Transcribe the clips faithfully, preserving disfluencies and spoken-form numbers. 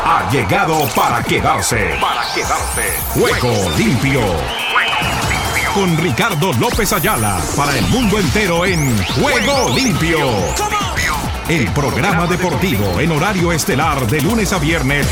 Ha llegado para quedarse. Para quedarse. Juego limpio. Con Ricardo López Ayala para el mundo entero en Juego Limpio. El programa deportivo en horario estelar de lunes a viernes.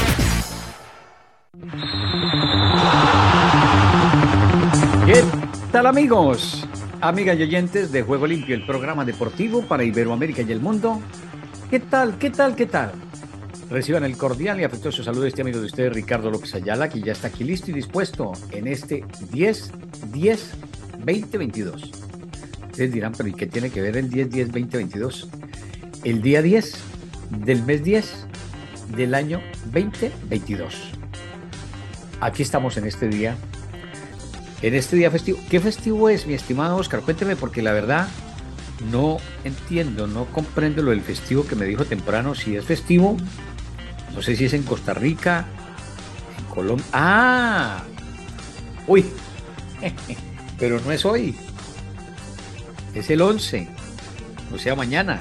¿Qué tal, amigos? Amigas y oyentes de Juego Limpio, el programa deportivo para Iberoamérica y el mundo. ¿Qué tal? ¿Qué tal? ¿Qué tal? Reciban el cordial y afectuoso saludo de este amigo de ustedes, Ricardo López Ayala, que ya está aquí listo y dispuesto en este diez diez veinte veintidós. Ustedes dirán, pero ¿y qué tiene que ver el diez diez veinte veintidós? El día diez del mes diez del año veinte veintidós. Aquí estamos en este día, en este día festivo. ¿Qué festivo es, mi estimado Oscar? Cuénteme, porque la verdad no entiendo, no comprendo lo del festivo que me dijo temprano. Si es festivo, no sé si es en Costa Rica, en Colombia. ¡Ah! ¡Uy! Pero no es hoy. Es el once, o sea, mañana.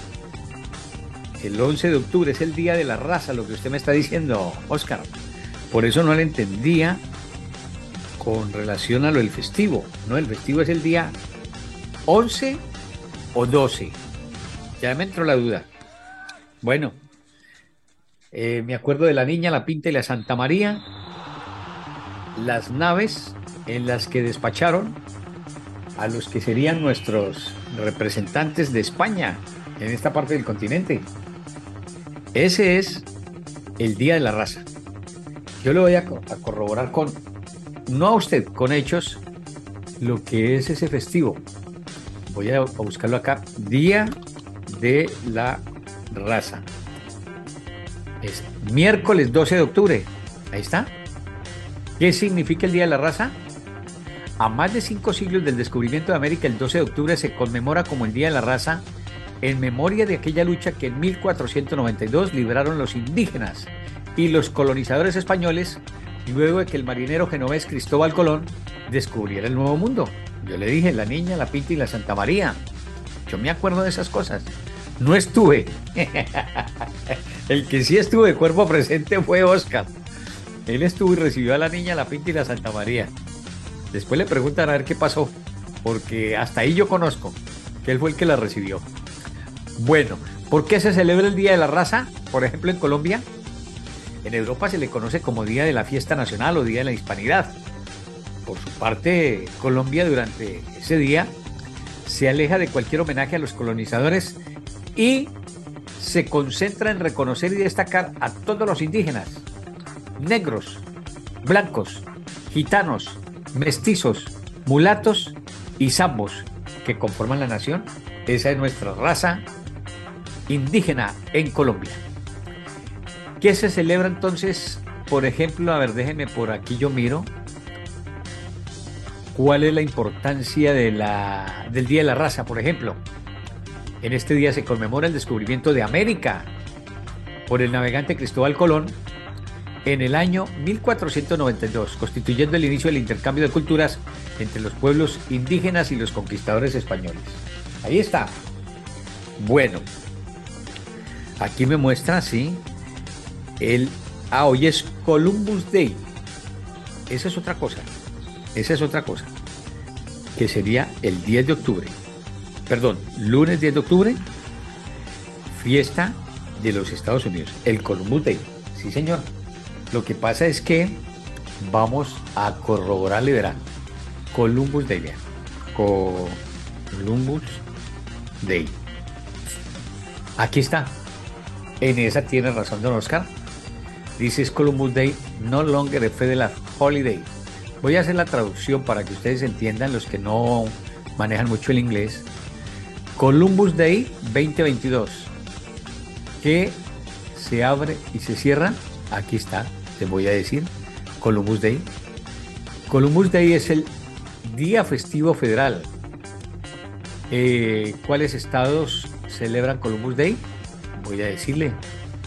El once de octubre es el Día de la Raza, lo que usted me está diciendo, Oscar. Por eso no le entendía con relación a lo del festivo. No, el festivo es el día once o doce. Ya me entró la duda. Bueno, eh, me acuerdo de la Niña, la Pinta y la Santa María, las naves en las que despacharon a los que serían nuestros representantes de España en esta parte del continente. Ese es el Día de la Raza. Yo le voy a, a corroborar con, no a usted, con hechos, lo que es ese festivo. Voy a, a buscarlo acá. Día de la Raza. Es miércoles doce de octubre. Ahí está. ¿Qué significa el Día de la Raza? A más de cinco siglos del descubrimiento de América, el doce de octubre se conmemora como el Día de la Raza en memoria de aquella lucha que en mil cuatrocientos noventa y dos libraron los indígenas y los colonizadores españoles luego de que el marinero genovés Cristóbal Colón descubriera el Nuevo Mundo. Yo le dije, la Niña, la Pinta y la Santa María. Yo me acuerdo de esas cosas. No estuve. El que sí estuve de cuerpo presente fue Oscar. Él estuvo y recibió a la Niña, la Pinta y la Santa María. Después le preguntan a ver qué pasó, porque hasta ahí yo conozco que él fue el que la recibió. Bueno, ¿por qué se celebra el Día de la Raza? Por ejemplo, en Colombia. En Europa se le conoce como Día de la Fiesta Nacional o Día de la Hispanidad. Por su parte, Colombia durante ese día se aleja de cualquier homenaje a los colonizadores y se concentra en reconocer y destacar a todos los indígenas, negros, blancos, gitanos, mestizos, mulatos y zambos que conforman la nación. Esa es nuestra raza indígena en Colombia. ¿Qué se celebra entonces? Por ejemplo, a ver, déjenme por aquí, yo miro cuál es la importancia de la, del Día de la Raza. Por ejemplo, en este día se conmemora el descubrimiento de América por el navegante Cristóbal Colón en el año mil cuatrocientos noventa y dos, constituyendo el inicio del intercambio de culturas entre los pueblos indígenas y los conquistadores españoles. Ahí está. Bueno, aquí me muestra, sí, el... Ah, hoy es Columbus Day. Esa es otra cosa. Esa es otra cosa. Que sería el diez de octubre. Perdón, lunes diez de octubre, fiesta de los Estados Unidos. El Columbus Day. Sí, señor. Lo que pasa es que vamos a corroborarle, verán. Columbus Day, vean. Columbus Day. Aquí está. En esa tiene razón don Oscar. Dice es Columbus Day, no longer a federal holiday. Voy a hacer la traducción para que ustedes entiendan, los que no manejan mucho el inglés. Columbus Day veinte veintidós, que se abre y se cierra. Aquí está, les voy a decir. Columbus Day. Columbus Day es el día festivo federal. Eh, ¿Cuáles estados celebran Columbus Day? Voy a decirle.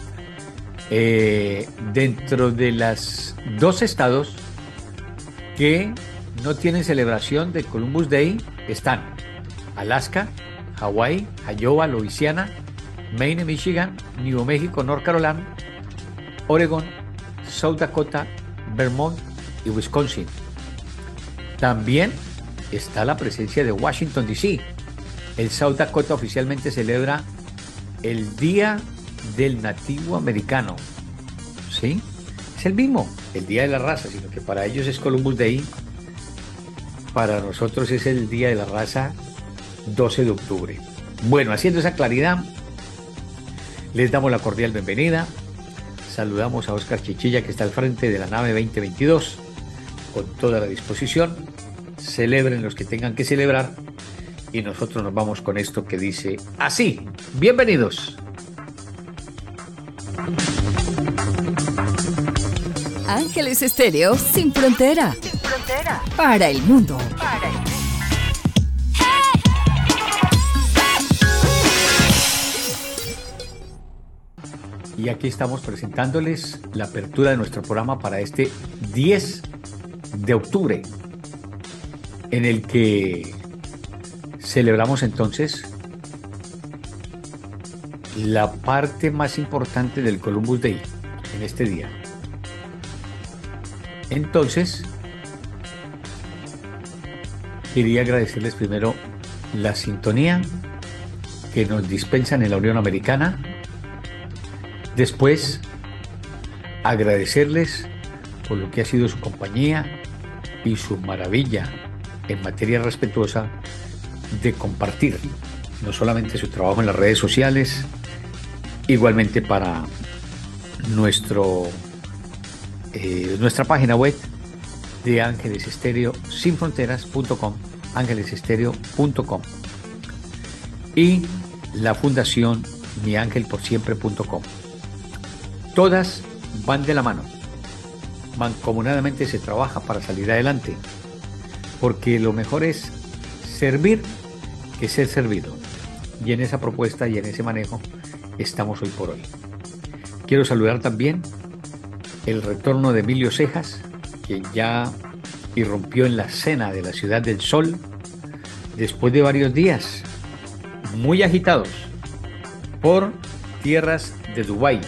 Eh, dentro de los dos estados que no tienen celebración de Columbus Day están Alaska, Hawái, Iowa, Louisiana, Maine, Michigan, Nuevo México, North Carolina, Oregon, South Dakota, Vermont y Wisconsin. También está la presencia de Washington, D C. El South Dakota oficialmente celebra el Día del Nativo Americano. ¿Sí? Es el mismo, el Día de la Raza, sino que para ellos es Columbus Day. Para nosotros es el Día de la Raza, doce de octubre. Bueno, haciendo esa claridad, les damos la cordial bienvenida. Saludamos a Oscar Chichilla, que está al frente de la nave veinte veintidós, con toda la disposición. Celebren los que tengan que celebrar. Y nosotros nos vamos con esto que dice así. Bienvenidos. Ángeles Estéreo sin frontera. Sin frontera. Para el mundo. Para el mundo. Y aquí estamos presentándoles la apertura de nuestro programa para este diez de octubre, en el que celebramos entonces la parte más importante del Columbus Day en este día. Entonces, quería agradecerles primero la sintonía que nos dispensan en la Unión Americana. Después, agradecerles por lo que ha sido su compañía y su maravilla en materia respetuosa de compartir no solamente su trabajo en las redes sociales, igualmente para nuestro eh, nuestra página web de Ángeles Estéreo sin fronteras punto com, ángeles estéreo punto com, y la fundación mi ángel por siempre punto com. Todas van de la mano. Mancomunadamente se trabaja para salir adelante, porque lo mejor es servir que ser servido. Y en esa propuesta y en ese manejo estamos hoy por hoy. Quiero saludar también el retorno de Emilio Cejas, quien ya irrumpió en la escena de la Ciudad del Sol después de varios días muy agitados por tierras de Dubái.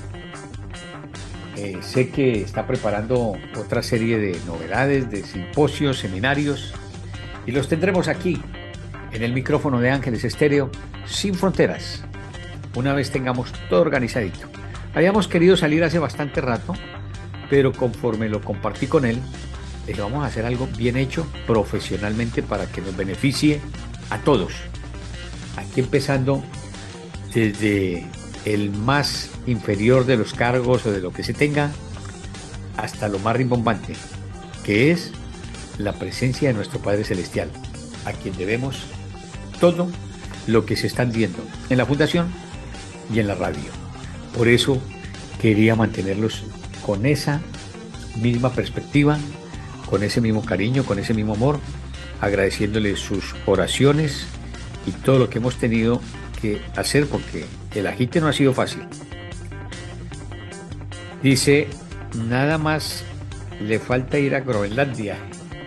Eh, sé que está preparando otra serie de novedades, de simposios, seminarios, y los tendremos aquí en el micrófono de Ángeles Estéreo sin fronteras, una vez tengamos todo organizadito. Habíamos querido salir hace bastante rato, pero conforme lo compartí con él, dije, vamos a hacer algo bien hecho profesionalmente para que nos beneficie a todos. Aquí empezando desde el más inferior de los cargos o de lo que se tenga, hasta lo más rimbombante, que es la presencia de nuestro Padre Celestial, a quien debemos todo lo que se están viendo en la fundación y en la radio. Por eso quería mantenerlos con esa misma perspectiva, con ese mismo cariño, con ese mismo amor, agradeciéndoles sus oraciones y todo lo que hemos tenido que hacer, porque el agite no ha sido fácil. Dice, nada más le falta ir a Groenlandia.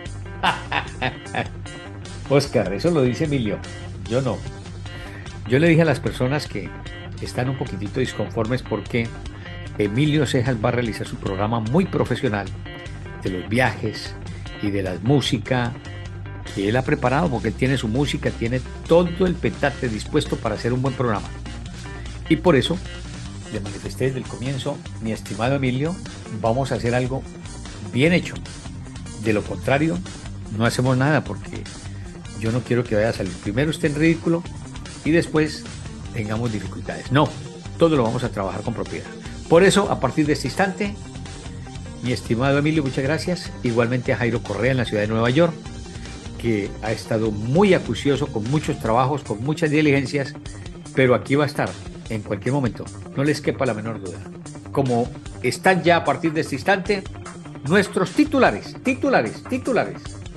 Oscar, eso lo dice Emilio, yo no. Yo le dije a las personas que están un poquitito disconformes porque Emilio Cejas va a realizar su programa muy profesional de los viajes y de la música que él ha preparado, porque él tiene su música, tiene todo el petate dispuesto para hacer un buen programa. Y por eso le manifesté desde el comienzo, mi estimado Emilio, vamos a hacer algo bien hecho. De lo contrario, no hacemos nada, porque yo no quiero que vaya a salir primero usted en ridículo y después tengamos dificultades. No, todo lo vamos a trabajar con propiedad. Por eso, a partir de este instante, mi estimado Emilio, muchas gracias. Igualmente a Jairo Correa en la ciudad de Nueva York, que ha estado muy acucioso, con muchos trabajos, con muchas diligencias, pero aquí va a estar en cualquier momento, no les quepa la menor duda. Como están ya a partir de este instante nuestros titulares, titulares, titulares.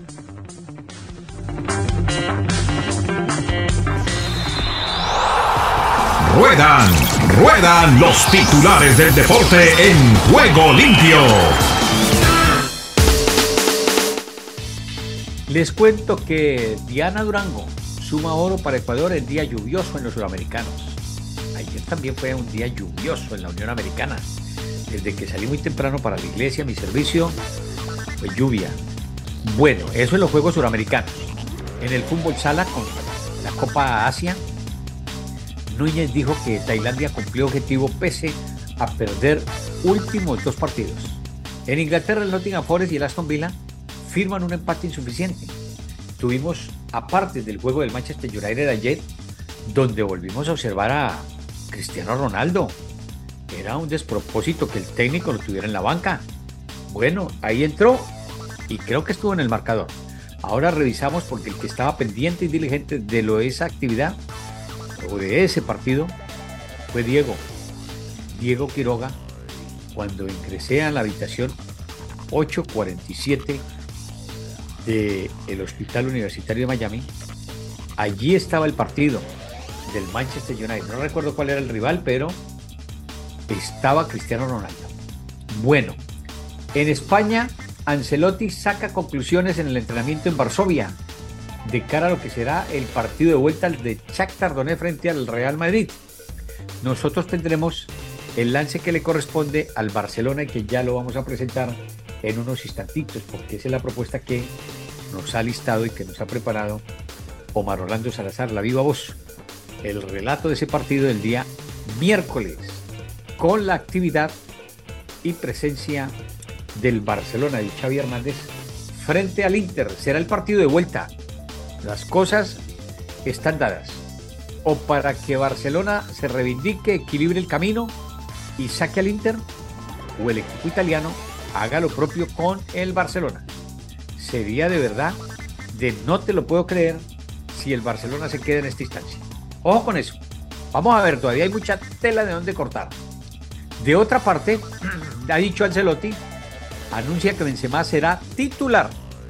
Ruedan, ruedan los titulares del deporte en Juego Limpio. Les cuento que Diana Durango suma oro para Ecuador en día lluvioso en los suramericanos. Ayer también fue un día lluvioso en la Unión Americana. desde que salí muy temprano para la iglesia, mi servicio fue lluvia. Bueno, eso en los Juegos Suramericanos. En el fútbol sala con la Copa Asia, Núñez dijo que Tailandia cumplió objetivo pese a perder últimos dos partidos. En Inglaterra, el Nottingham Forest y el Aston Villa firman un empate insuficiente. Tuvimos, aparte del juego del Manchester United ayer, donde volvimos a observar a Cristiano Ronaldo. Era un despropósito que el técnico lo tuviera en la banca. Bueno, ahí entró y creo que estuvo en el marcador. Ahora revisamos porque el que estaba pendiente y diligente de lo de esa actividad o de ese partido fue Diego. Diego Quiroga, cuando ingresé a la habitación ocho cuarenta y siete del Hospital Universitario de Miami, allí estaba el partido del Manchester United. No recuerdo cuál era el rival, pero estaba Cristiano Ronaldo. Bueno, en España, Ancelotti saca conclusiones en el entrenamiento en Varsovia de cara a lo que será el partido de vuelta de Shakhtar Donetsk frente al Real Madrid. Nosotros tendremos el lance que le corresponde al Barcelona y que ya lo vamos a presentar en unos instantitos, porque esa es la propuesta que nos ha listado y que nos ha preparado Omar Orlando Salazar, la viva voz. El relato de ese partido del día miércoles, con la actividad y presencia del Barcelona de Xavi Hernández frente al Inter. Será el partido de vuelta. Las cosas están dadas. O para que Barcelona se reivindique, equilibre el camino y saque al Inter, o el equipo italiano haga lo propio con el Barcelona. Sería de verdad de no te lo puedo creer si el Barcelona se queda en esta instancia. Ojo con eso. Vamos a ver, todavía hay mucha tela de dónde cortar. De otra parte, ha dicho Ancelotti, anuncia que Benzema será titular.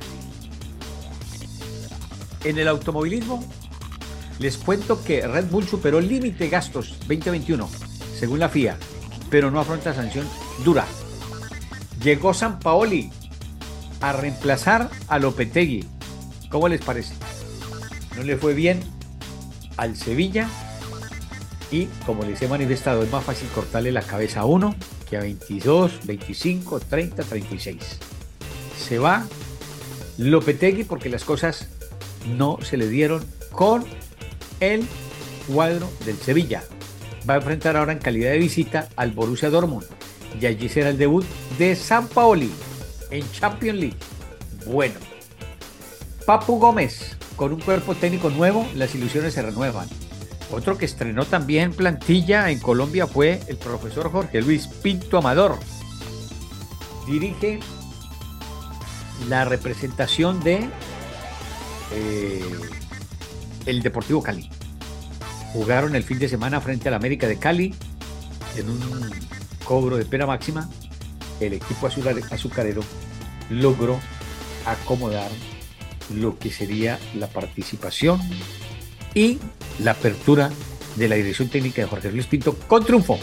En el automovilismo, les cuento que Red Bull superó el límite de gastos veinte veintiuno, según la F I A, pero no afronta sanción dura. Llegó Sampaoli a reemplazar a Lopetegui. ¿Cómo les parece? No le fue bien al Sevilla y, como les he manifestado, es más fácil cortarle la cabeza a uno que a veintidós, veinticinco, treinta, treinta y seis. Se va Lopetegui porque las cosas no se le dieron con el cuadro del Sevilla. Va a enfrentar ahora en calidad de visita al Borussia Dortmund y allí será el debut de Sampaoli en Champions League. Bueno, Papu Gómez, con un cuerpo técnico nuevo, las ilusiones se renuevan. Otro que estrenó también plantilla en Colombia fue el profesor Jorge Luis Pinto Amador. Dirige la representación de eh, el Deportivo Cali. Jugaron el fin de semana frente al América de Cali en un cobro de pena máxima. El equipo azucarero logró acomodar lo que sería la participación y la apertura de la dirección técnica de Jorge Luis Pinto con triunfo,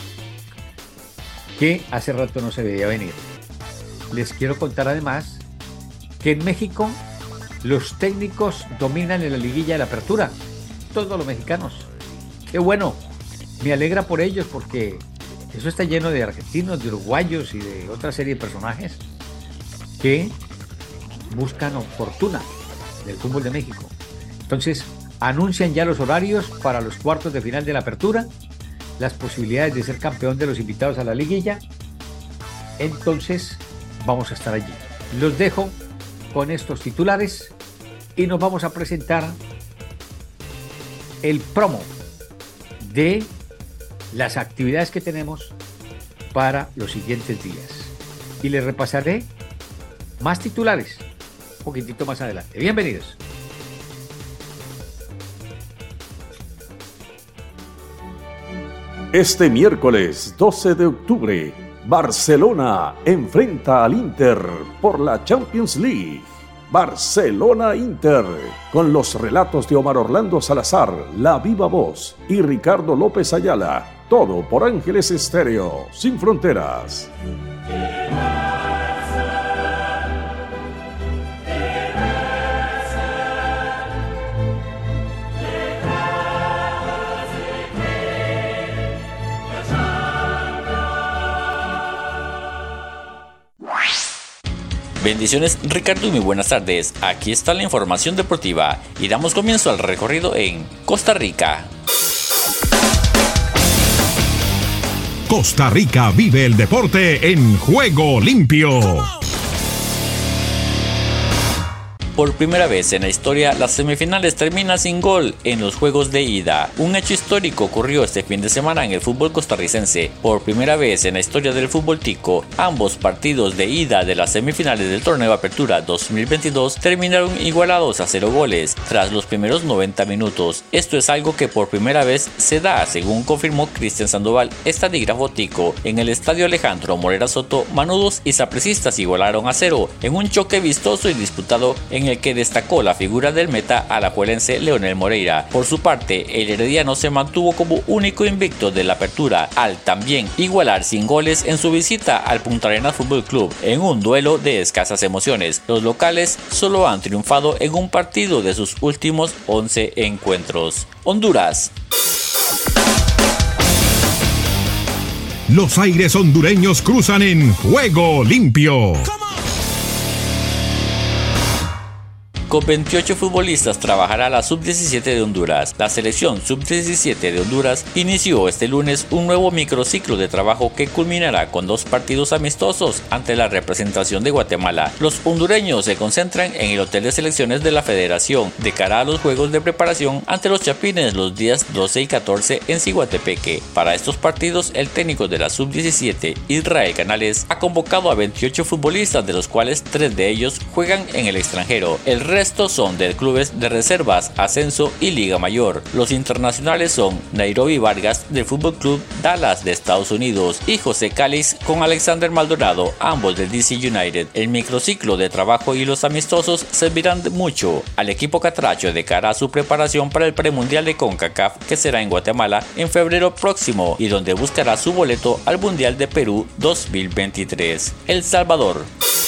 que hace rato no se veía venir. Les quiero contar además que en México los técnicos dominan en la liguilla de la apertura, todos los mexicanos. Qué bueno, me alegra por ellos porque eso está lleno de argentinos, de uruguayos y de otra serie de personajes que buscan fortuna del fútbol de México. Entonces, anuncian ya los horarios para los cuartos de final de la apertura, las posibilidades de ser campeón de los invitados a la liguilla. Entonces, vamos a estar allí. Los dejo con estos titulares y nos vamos a presentar el promo de las actividades que tenemos para los siguientes días. Y les repasaré más titulares un poquitito más adelante. Bienvenidos. Este miércoles doce de octubre, Barcelona enfrenta al Inter por la Champions League. Barcelona-Inter, con los relatos de Omar Orlando Salazar, La Viva Voz y Ricardo López Ayala. Todo por Ángeles Estéreo, sin fronteras. Bendiciones, Ricardo, y muy buenas tardes. Aquí está la información deportiva y damos comienzo al recorrido en Costa Rica. Costa Rica vive el deporte en Juego Limpio. Por primera vez en la historia, las semifinales terminan sin gol en los juegos de ida. Un hecho histórico ocurrió este fin de semana en el fútbol costarricense. Por primera vez en la historia del fútbol tico, ambos partidos de ida de las semifinales del torneo Apertura dos mil veintidós terminaron igualados a cero goles tras los primeros noventa minutos. Esto es algo que por primera vez se da, según confirmó Cristian Sandoval, estadígrafo tico. En el estadio Alejandro Morera Soto, Manudos y Sapricistas igualaron a cero en un choque vistoso y disputado en el que destacó la figura del meta alajuelense Leonel Moreira. Por su parte, el herediano se mantuvo como único invicto de la apertura, al también igualar sin goles en su visita al Punta Arenas Fútbol Club, en un duelo de escasas emociones. Los locales solo han triunfado en un partido de sus últimos once encuentros. Honduras. Los aires hondureños cruzan en Juego Limpio. Con veintiocho futbolistas trabajará la sub diecisiete de Honduras. La selección sub diecisiete de Honduras inició este lunes un nuevo microciclo de trabajo que culminará con dos partidos amistosos ante la representación de Guatemala. Los hondureños se concentran en el hotel de selecciones de la Federación de cara a los juegos de preparación ante los Chapines los días doce y catorce en Ciguatepeque. Para estos partidos, el técnico de la sub diecisiete, Israel Canales, ha convocado a veintiocho futbolistas, de los cuales tres de ellos juegan en el extranjero. El resto Estos son de clubes de reservas, ascenso y liga mayor. Los internacionales son Nairobi Vargas del Fútbol Club Dallas de Estados Unidos y José Cáliz con Alexander Maldonado, ambos del D C United. El microciclo de trabajo y los amistosos servirán de mucho al equipo catracho de cara a su preparación para el premundial de CONCACAF, que será en Guatemala en febrero próximo y donde buscará su boleto al Mundial de Perú dos mil veintitrés. El Salvador.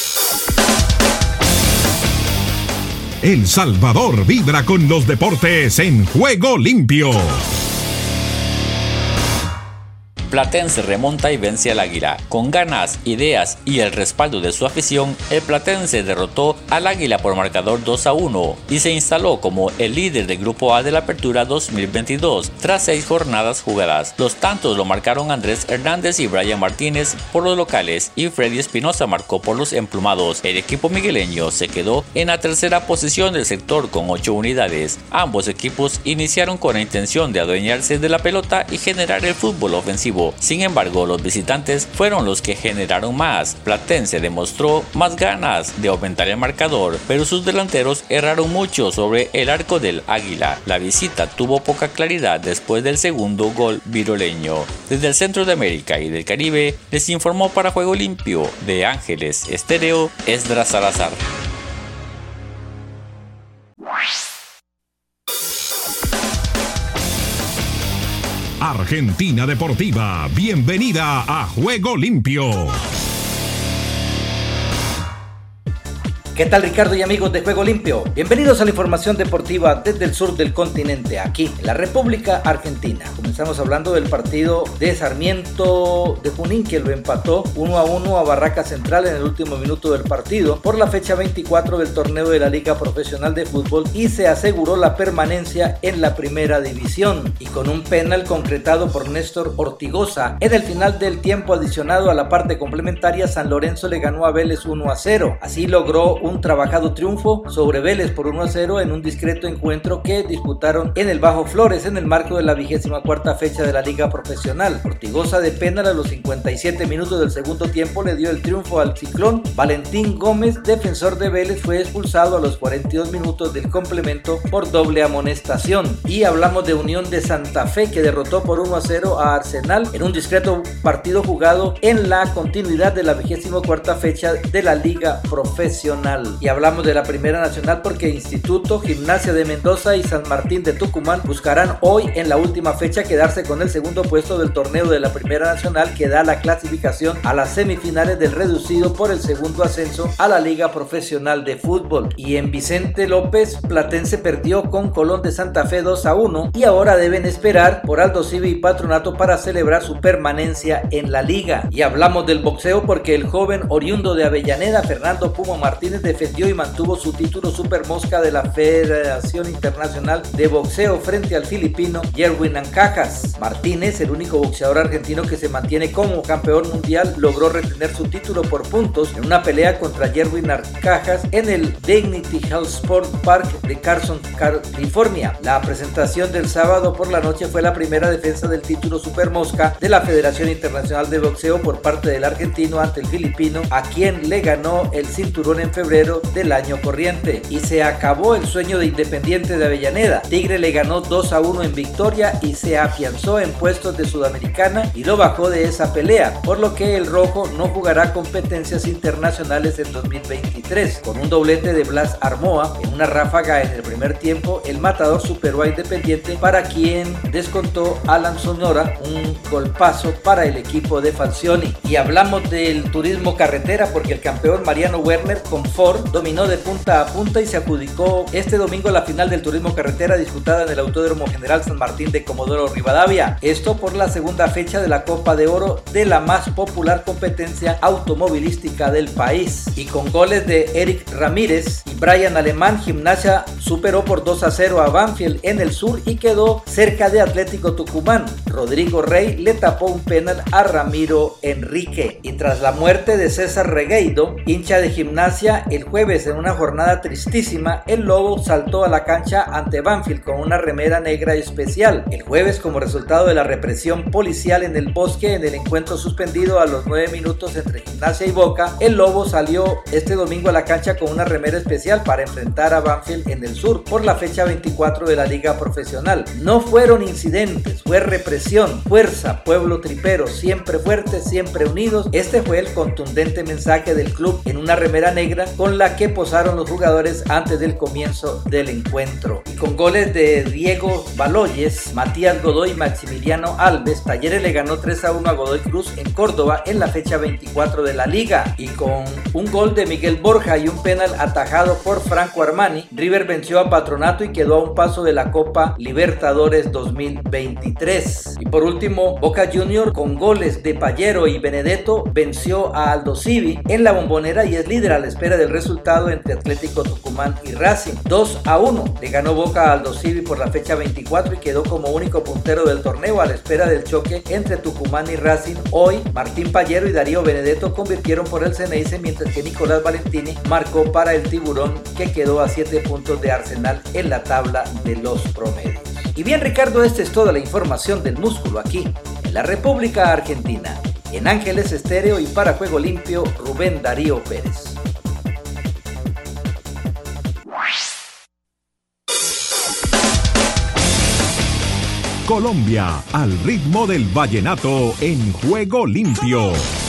El Salvador vibra con los deportes en Juego Limpio. Platense remonta y vence al Águila. Con ganas, ideas y el respaldo de su afición, el Platense derrotó al Águila por marcador dos a uno y se instaló como el líder del Grupo A de la Apertura dos mil veintidós tras seis jornadas jugadas. Los tantos lo marcaron Andrés Hernández y Brian Martínez por los locales y Freddy Espinosa marcó por los emplumados. El equipo migueleño se quedó en la tercera posición del sector con ocho unidades. Ambos equipos iniciaron con la intención de adueñarse de la pelota y generar el fútbol ofensivo. Sin embargo, los visitantes fueron los que generaron más. Platense demostró más ganas de aumentar el marcador, pero sus delanteros erraron mucho sobre el arco del Águila. La visita tuvo poca claridad después del segundo gol viroleño. Desde el centro de América y del Caribe, les informó para Juego Limpio de Ángeles Estéreo, Esdras Salazar. Argentina Deportiva, bienvenida a Juego Limpio. ¿Qué tal, Ricardo y amigos de Juego Limpio? Bienvenidos a la información deportiva desde el sur del continente, aquí en la República Argentina. Comenzamos hablando del partido de Sarmiento de Junín, que lo empató uno a uno a Barraca Central en el último minuto del partido por la fecha veinticuatro del torneo de la Liga Profesional de Fútbol y se aseguró la permanencia en la primera división. Y con un penal concretado por Néstor Ortigosa en el final del tiempo adicionado a la parte complementaria, San Lorenzo le ganó a Vélez uno a cero. Así logró un trabajado triunfo sobre Vélez por uno a cero en un discreto encuentro que disputaron en el Bajo Flores en el marco de la vigésima cuarta fecha de la Liga Profesional. Ortigosa de penal a los cincuenta y siete minutos del segundo tiempo le dio el triunfo al Ciclón. Valentín Gómez, defensor de Vélez, fue expulsado a los cuarenta y dos minutos del complemento por doble amonestación. Y hablamos de Unión de Santa Fe, que derrotó por uno a cero a Arsenal en un discreto partido jugado en la continuidad de la vigésima cuarta fecha de la Liga Profesional. Nacional. Y hablamos de la Primera Nacional porque Instituto, Gimnasia de Mendoza y San Martín de Tucumán buscarán hoy en la última fecha quedarse con el segundo puesto del torneo de la Primera Nacional, que da la clasificación a las semifinales del reducido por el segundo ascenso a la Liga Profesional de Fútbol. Y en Vicente López, Platense perdió con Colón de Santa Fe dos a uno y ahora deben esperar por Aldosivi y Patronato para celebrar su permanencia en la liga. Y hablamos del boxeo porque el joven oriundo de Avellaneda, Fernando Pumo Martínez, defendió y mantuvo su título Super Mosca de la Federación Internacional de Boxeo frente al filipino Yerwin Ancajas. Martínez, el único boxeador argentino que se mantiene como campeón mundial, logró retener su título por puntos en una pelea contra Yerwin Ancajas en el Dignity Health Sport Park de Carson, California. La presentación del sábado por la noche fue la primera defensa del título Super Mosca de la Federación Internacional de Boxeo por parte del argentino ante el filipino, a quien le ganó el cinturón en febrero del año corriente. Y se acabó el sueño de Independiente de Avellaneda. Tigre le ganó dos a uno en victoria y se afianzó en puestos de Sudamericana y lo bajó de esa pelea, por lo que el rojo no jugará competencias internacionales en dos mil veintitrés. Con un doblete de Blas Armoa en una ráfaga en el primer tiempo, el matador superó a Independiente, para quien descontó Alan Sonora, un golpazo para el equipo de Falcioni. Y hablamos del turismo carretera porque el campeón Mariano Werner con Ford dominó de punta a punta y se adjudicó este domingo la final del turismo carretera disputada en el Autódromo General San Martín de Comodoro Rivadavia. Esto por la segunda fecha de la Copa de Oro de la más popular competencia automovilística del país. Y con goles de Eric Ramírez y Brian Alemán, Gimnasia superó por dos a cero a Banfield en el sur y quedó cerca de Atlético Tucumán. Rodrigo Rey le tapó un penal a Ramiro Enrique. Y tras la muerte de César Regueido, hincha de Gimnasia, el jueves en una jornada tristísima, el Lobo saltó a la cancha ante Banfield con una remera negra especial. El jueves, como resultado de la represión policial en el Bosque en el encuentro suspendido a los nueve minutos entre Gimnasia y Boca, el Lobo salió este domingo a la cancha con una remera especial para enfrentar a Banfield en el sur por la fecha veinticuatro de la Liga Profesional. No fueron incidentes, fue represión, fuerza, pueblo tripero, siempre fuertes, siempre unidos. Este fue el contundente mensaje del club en una remera negra con la que posaron los jugadores antes del comienzo del encuentro. Y con goles de Diego Baloyes, Matías Godoy y Maximiliano Alves, Talleres le ganó tres a uno a Godoy Cruz en Córdoba en la fecha veinticuatro de la liga. Y con un gol de Miguel Borja y un penal atajado por Franco Armani, River venció a Patronato y quedó a un paso de la Copa Libertadores dos mil veintitrés. Y por último, Boca Junior con goles de Pallero y Benedetto venció a Aldosivi en la Bombonera y es líder a la espera del resultado entre Atlético Tucumán y Racing. dos a uno le ganó Boca a Aldosivi por la fecha veinticuatro y quedó como único puntero del torneo a la espera del choque entre Tucumán y Racing. Hoy, Martín Pallero y Darío Benedetto convirtieron por el Ceneice, mientras que Nicolás Valentini marcó para el Tiburón, que quedó a siete puntos de Arsenal en la tabla de los promedios. Y bien, Ricardo, esta es toda la información del músculo aquí, en la República Argentina. En Ángeles Estéreo y para Juego Limpio, Rubén Darío Pérez. Colombia, al ritmo del vallenato en Juego Limpio.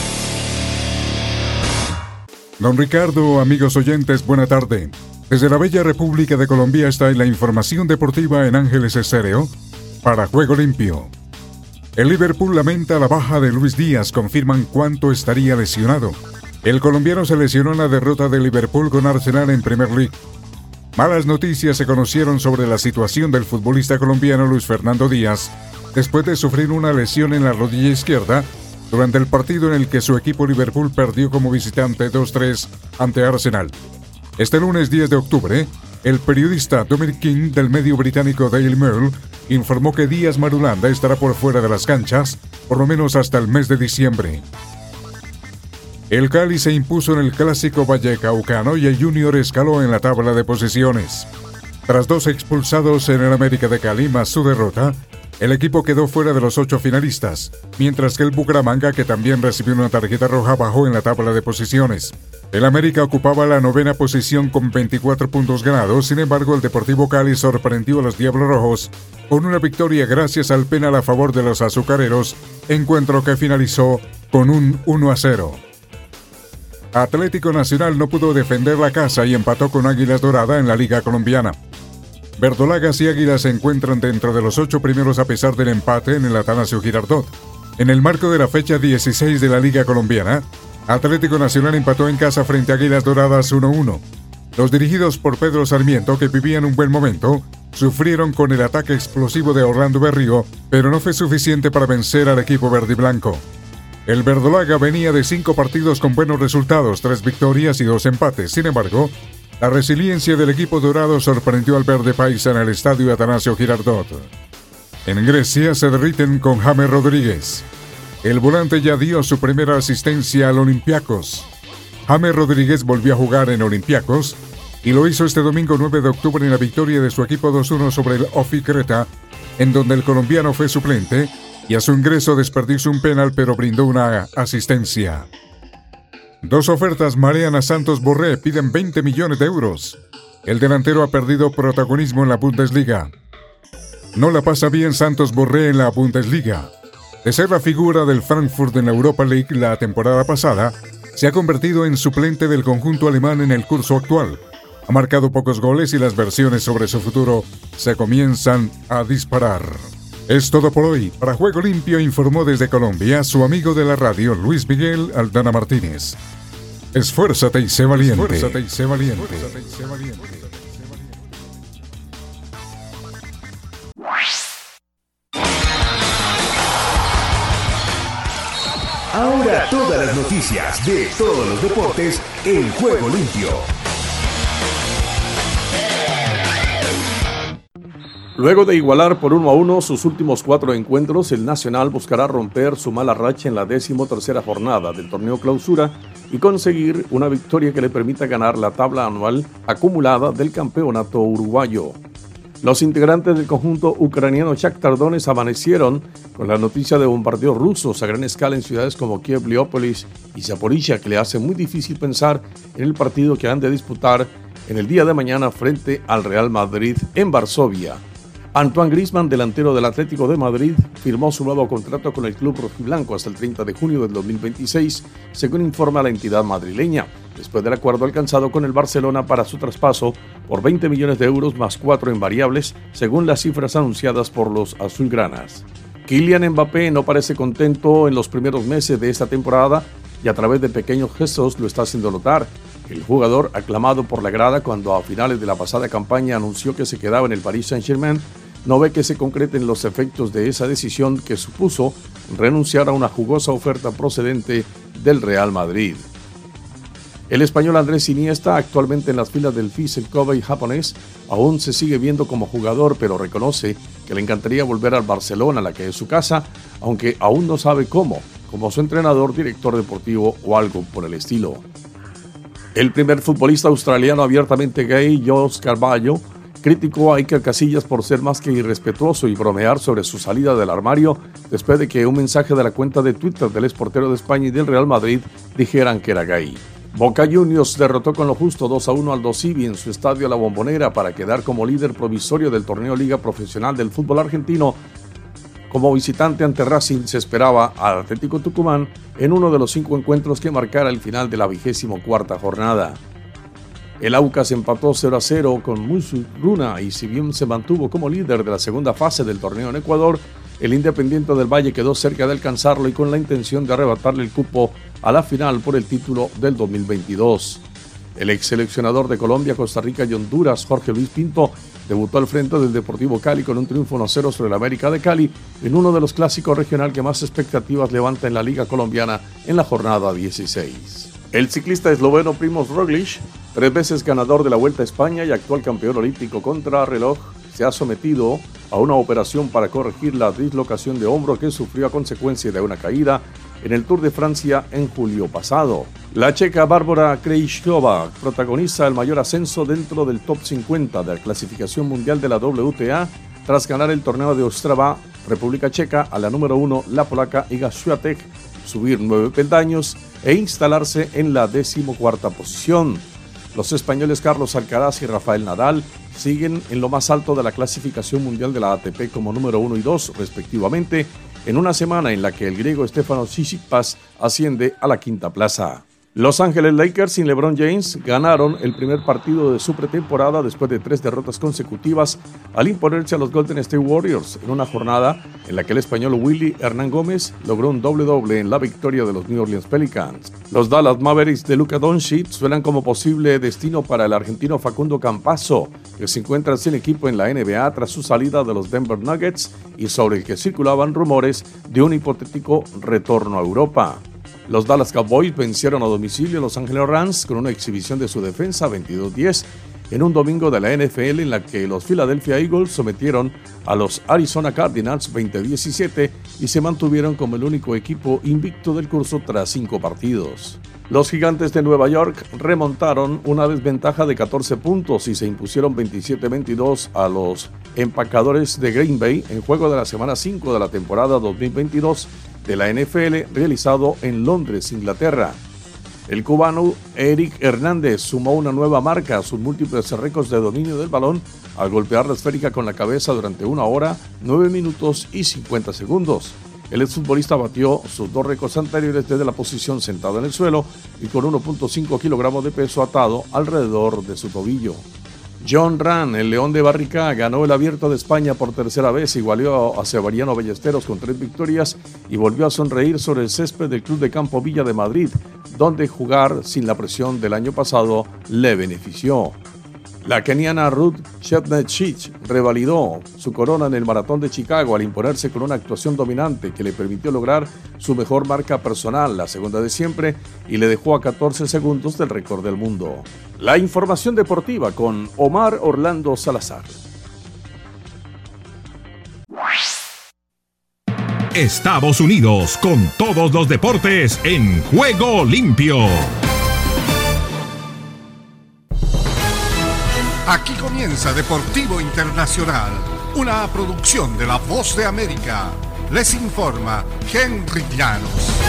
Don Ricardo, amigos oyentes, buena tarde. Desde la bella República de Colombia está la información deportiva en Ángeles Estéreo para Juego Limpio. El Liverpool lamenta la baja de Luis Díaz, confirman cuánto estaría lesionado. El colombiano se lesionó en la derrota de Liverpool con Arsenal en Premier League. Malas noticias se conocieron sobre la situación del futbolista colombiano Luis Fernando Díaz después de sufrir una lesión en la rodilla izquierda durante el partido en el que su equipo Liverpool perdió como visitante dos tres ante Arsenal. Este lunes diez de octubre, el periodista Dominic King del medio británico Daily Mail informó que Díaz Marulanda estará por fuera de las canchas por lo menos hasta el mes de diciembre. El Cali se impuso en el clásico vallecaucano y el Junior escaló en la tabla de posiciones. Tras dos expulsados en el América de Cali más su derrota, el equipo quedó fuera de los ocho finalistas, mientras que el Bucaramanga, que también recibió una tarjeta roja, bajó en la tabla de posiciones. El América ocupaba la novena posición con veinticuatro puntos ganados, sin embargo el Deportivo Cali sorprendió a los Diablos Rojos con una victoria gracias al penal a favor de los azucareros, encuentro que finalizó con un uno a cero. Atlético Nacional no pudo defender la casa y empató con Águilas Doradas en la Liga Colombiana. Verdolagas y Águilas se encuentran dentro de los ocho primeros a pesar del empate en el Atanasio Girardot. En el marco de la fecha dieciséis de la Liga Colombiana, Atlético Nacional empató en casa frente a Águilas Doradas uno uno. Los dirigidos por Pedro Sarmiento, que vivían un buen momento, sufrieron con el ataque explosivo de Orlando Berrío, pero no fue suficiente para vencer al equipo verde y blanco. El verdolaga venía de cinco partidos con buenos resultados, tres victorias y dos empates. Sin embargo, la resiliencia del equipo dorado sorprendió al verde paisa en el estadio Atanasio Girardot. En Grecia se derriten con James Rodríguez. El volante ya dio su primera asistencia al Olympiacos. James Rodríguez volvió a jugar en Olympiacos y lo hizo este domingo nueve de octubre en la victoria de su equipo dos uno sobre el Ofi Creta, en donde el colombiano fue suplente y a su ingreso desperdició un penal pero brindó una asistencia. Dos ofertas marean a Santos Borré, piden veinte millones de euros. El delantero ha perdido protagonismo en la Bundesliga. No la pasa bien Santos Borré en la Bundesliga. De ser la figura del Frankfurt en la Europa League la temporada pasada, se ha convertido en suplente del conjunto alemán en el curso actual. Ha marcado pocos goles y las versiones sobre su futuro se comienzan a disparar. Es todo por hoy. Para Juego Limpio informó desde Colombia su amigo de la radio Luis Miguel Aldana Martínez. Esfuérzate y sé valiente. Esfuérzate y sé valiente. Esfuérzate y sé valiente. Ahora todas las noticias de todos los deportes en Juego Limpio. Luego de igualar por uno a uno sus últimos cuatro encuentros, el Nacional buscará romper su mala racha en la decimotercera jornada del torneo clausura y conseguir una victoria que le permita ganar la tabla anual acumulada del campeonato uruguayo. Los integrantes del conjunto ucraniano Shakhtar Donetsk amanecieron con la noticia de bombardeos rusos a gran escala en ciudades como Kiev, Leópolis y Zaporizhia, que le hace muy difícil pensar en el partido que han de disputar en el día de mañana frente al Real Madrid en Varsovia. Antoine Griezmann, delantero del Atlético de Madrid, firmó su nuevo contrato con el club rojiblanco hasta el treinta de junio del dos mil veintiséis, según informa la entidad madrileña, después del acuerdo alcanzado con el Barcelona para su traspaso por veinte millones de euros más cuatro en variables, según las cifras anunciadas por los azulgranas. Kylian Mbappé no parece contento en los primeros meses de esta temporada y a través de pequeños gestos lo está haciendo notar. El jugador, aclamado por la grada cuando a finales de la pasada campaña anunció que se quedaba en el Paris Saint-Germain, no ve que se concreten los efectos de esa decisión que supuso renunciar a una jugosa oferta procedente del Real Madrid. El español Andrés Iniesta, actualmente en las filas del Vissel Kobe japonés, aún se sigue viendo como jugador, pero reconoce que le encantaría volver al Barcelona, la que es su casa, aunque aún no sabe cómo, como su entrenador, director deportivo o algo por el estilo. El primer futbolista australiano abiertamente gay, Josh Carvalho, criticó a Iker Casillas por ser más que irrespetuoso y bromear sobre su salida del armario después de que un mensaje de la cuenta de Twitter del exportero de España y del Real Madrid dijeran que era gay. Boca Juniors derrotó con lo justo dos a uno al Dosivi en su estadio La Bombonera para quedar como líder provisorio del torneo Liga Profesional del fútbol argentino. Como visitante ante Racing se esperaba al Atlético Tucumán en uno de los cinco encuentros que marcara el final de la vigésimo cuarta jornada. El Aucas empató cero a cero con Musuruna y si bien se mantuvo como líder de la segunda fase del torneo en Ecuador, el Independiente del Valle quedó cerca de alcanzarlo y con la intención de arrebatarle el cupo a la final por el título del dos mil veintidós. El ex seleccionador de Colombia, Costa Rica y Honduras, Jorge Luis Pinto, debutó al frente del Deportivo Cali con un triunfo uno a cero sobre el América de Cali en uno de los clásicos regional que más expectativas levanta en la Liga Colombiana en la jornada dieciséis. El ciclista esloveno Primož Roglič, tres veces ganador de la Vuelta a España y actual campeón olímpico contrarreloj, se ha sometido a una operación para corregir la dislocación de hombro que sufrió a consecuencia de una caída en el Tour de Francia en julio pasado. La checa Bárbara Krejcikova protagoniza el mayor ascenso dentro del top cincuenta de la clasificación mundial de la W T A tras ganar el torneo de Ostrava, República Checa, a la número uno, la polaca Iga Świątek, subir nueve peldaños e instalarse en la decimocuarta posición. Los españoles Carlos Alcaraz y Rafael Nadal siguen en lo más alto de la clasificación mundial de la A T P como número uno y dos, respectivamente, en una semana en la que el griego Stefanos Tsitsipas asciende a la quinta plaza. Los Ángeles Lakers sin LeBron James ganaron el primer partido de su pretemporada después de tres derrotas consecutivas al imponerse a los Golden State Warriors en una jornada en la que el español Willy Hernán Gómez logró un doble-doble en la victoria de los New Orleans Pelicans. Los Dallas Mavericks de Luka Doncic suenan como posible destino para el argentino Facundo Campazzo, que se encuentra sin equipo en la N B A tras su salida de los Denver Nuggets y sobre el que circulaban rumores de un hipotético retorno a Europa. Los Dallas Cowboys vencieron a domicilio a Los Ángeles Rams con una exhibición de su defensa veintidós diez en un domingo de la N F L en la que los Philadelphia Eagles sometieron a los Arizona Cardinals veinte a diecisiete y se mantuvieron como el único equipo invicto del curso tras cinco partidos. Los Gigantes de Nueva York remontaron una desventaja de catorce puntos y se impusieron veintisiete a veintidós a los Empacadores de Green Bay en juego de la semana cinco de la temporada dos mil veintidós de la N F L realizado en Londres, Inglaterra. El cubano Eric Hernández sumó una nueva marca a sus múltiples récords de dominio del balón al golpear la esférica con la cabeza durante una hora, nueve minutos y cincuenta segundos. El exfutbolista batió sus dos récords anteriores desde la posición sentado en el suelo y con uno punto cinco kilogramos de peso atado alrededor de su tobillo. John Ram, el León de Barricá, ganó el Abierto de España por tercera vez, igualó a Severiano Ballesteros con tres victorias y volvió a sonreír sobre el césped del Club de Campo Villa de Madrid, donde jugar sin la presión del año pasado le benefició. La keniana Ruth Chepngetich revalidó su corona en el Maratón de Chicago al imponerse con una actuación dominante que le permitió lograr su mejor marca personal, la segunda de siempre, y le dejó a catorce segundos del récord del mundo. La información deportiva con Omar Orlando Salazar. Estados Unidos con todos los deportes en Juego Limpio. Aquí comienza Deportivo Internacional, una producción de La Voz de América. Les informa Henry Llanos.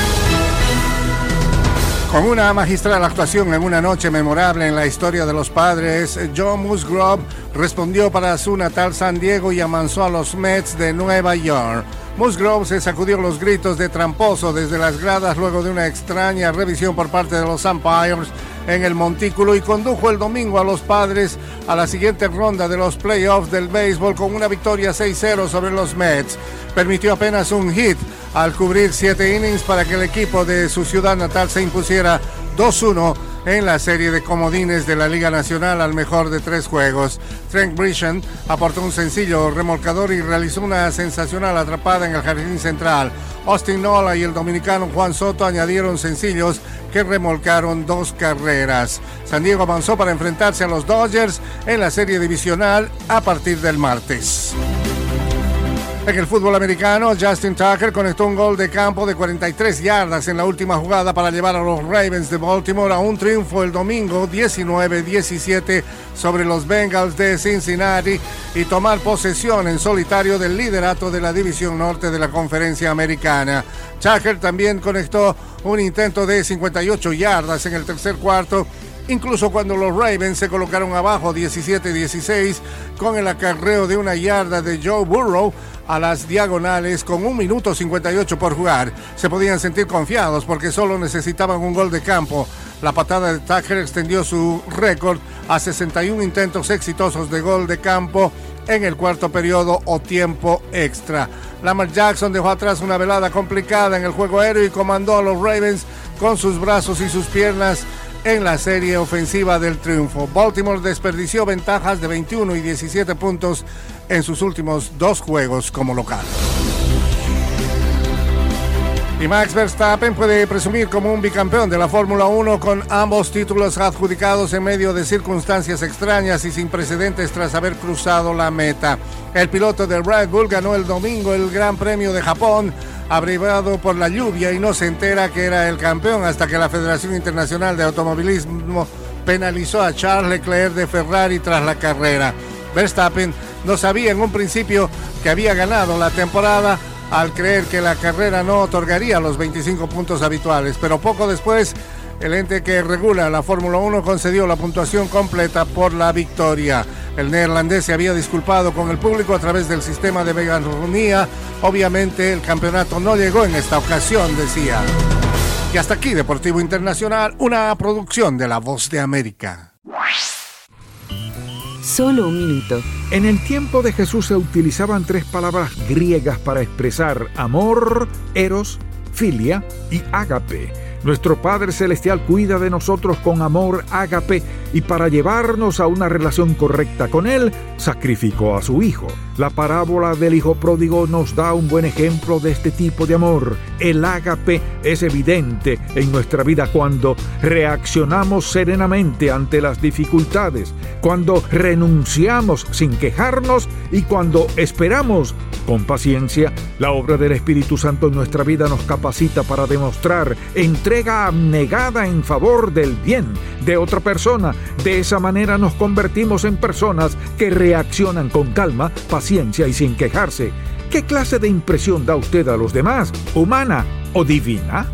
Con una magistral actuación en una noche memorable en la historia de los Padres, Joe Musgrove respondió para su natal San Diego y amansó a los Mets de Nueva York. Musgrove se sacudió los gritos de tramposo desde las gradas luego de una extraña revisión por parte de los umpires en el montículo y condujo el domingo a los Padres a la siguiente ronda de los playoffs del béisbol con una victoria seis cero sobre los Mets. Permitió apenas un hit al cubrir siete innings para que el equipo de su ciudad natal se impusiera dos uno en la serie de comodines de la Liga Nacional al mejor de tres juegos. Trent Grisham aportó un sencillo remolcador y realizó una sensacional atrapada en el jardín central. Austin Nola y el dominicano Juan Soto añadieron sencillos que remolcaron dos carreras. San Diego avanzó para enfrentarse a los Dodgers en la serie divisional a partir del martes. En el fútbol americano, Justin Tucker conectó un gol de campo de cuarenta y tres yardas en la última jugada para llevar a los Ravens de Baltimore a un triunfo el domingo diecinueve diecisiete sobre los Bengals de Cincinnati y tomar posesión en solitario del liderato de la División Norte de la Conferencia Americana. Tucker también conectó un intento de cincuenta y ocho yardas en el tercer cuarto, incluso cuando los Ravens se colocaron abajo diecisiete dieciséis con el acarreo de una yarda de Joe Burrow a las diagonales con un minuto cincuenta y ocho por jugar. Se podían sentir confiados porque solo necesitaban un gol de campo. La patada de Tucker extendió su récord a sesenta y uno intentos exitosos de gol de campo en el cuarto periodo o tiempo extra. Lamar Jackson dejó atrás una velada complicada en el juego aéreo y comandó a los Ravens con sus brazos y sus piernas en la serie ofensiva del triunfo. Baltimore desperdició ventajas de veintiuno y diecisiete puntos en sus últimos dos juegos como local. Y Max Verstappen puede presumir como un bicampeón de la Fórmula uno con ambos títulos adjudicados en medio de circunstancias extrañas y sin precedentes tras haber cruzado la meta. El piloto de Red Bull ganó el domingo el Gran Premio de Japón, abrevado por la lluvia, y no se entera que era el campeón hasta que la Federación Internacional de Automovilismo penalizó a Charles Leclerc de Ferrari tras la carrera. Verstappen no sabía en un principio que había ganado la temporada al creer que la carrera no otorgaría los veinticinco puntos habituales, pero poco después el ente que regula la Fórmula uno concedió la puntuación completa por la victoria. El neerlandés se había disculpado con el público a través del sistema de megafonía. Obviamente el campeonato no llegó en esta ocasión, decía. Y hasta aquí Deportivo Internacional, una producción de La Voz de América. Solo un minuto. En el tiempo de Jesús se utilizaban tres palabras griegas para expresar amor, eros, filia y ágape. Nuestro Padre Celestial cuida de nosotros con amor ágape y para llevarnos a una relación correcta con Él, sacrificó a su Hijo. La parábola del Hijo Pródigo nos da un buen ejemplo de este tipo de amor. El ágape es evidente en nuestra vida cuando reaccionamos serenamente ante las dificultades, cuando renunciamos sin quejarnos y cuando esperamos con paciencia. La obra del Espíritu Santo en nuestra vida nos capacita para demostrar entrega abnegada en favor del bien de otra persona. De esa manera nos convertimos en personas que reaccionan con calma, paciencia y sin quejarse. ¿Qué clase de impresión da usted a los demás? ¿Humana o divina?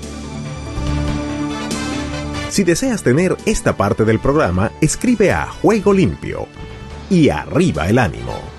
Si deseas tener esta parte del programa, escribe a Juego Limpio. Y arriba el ánimo.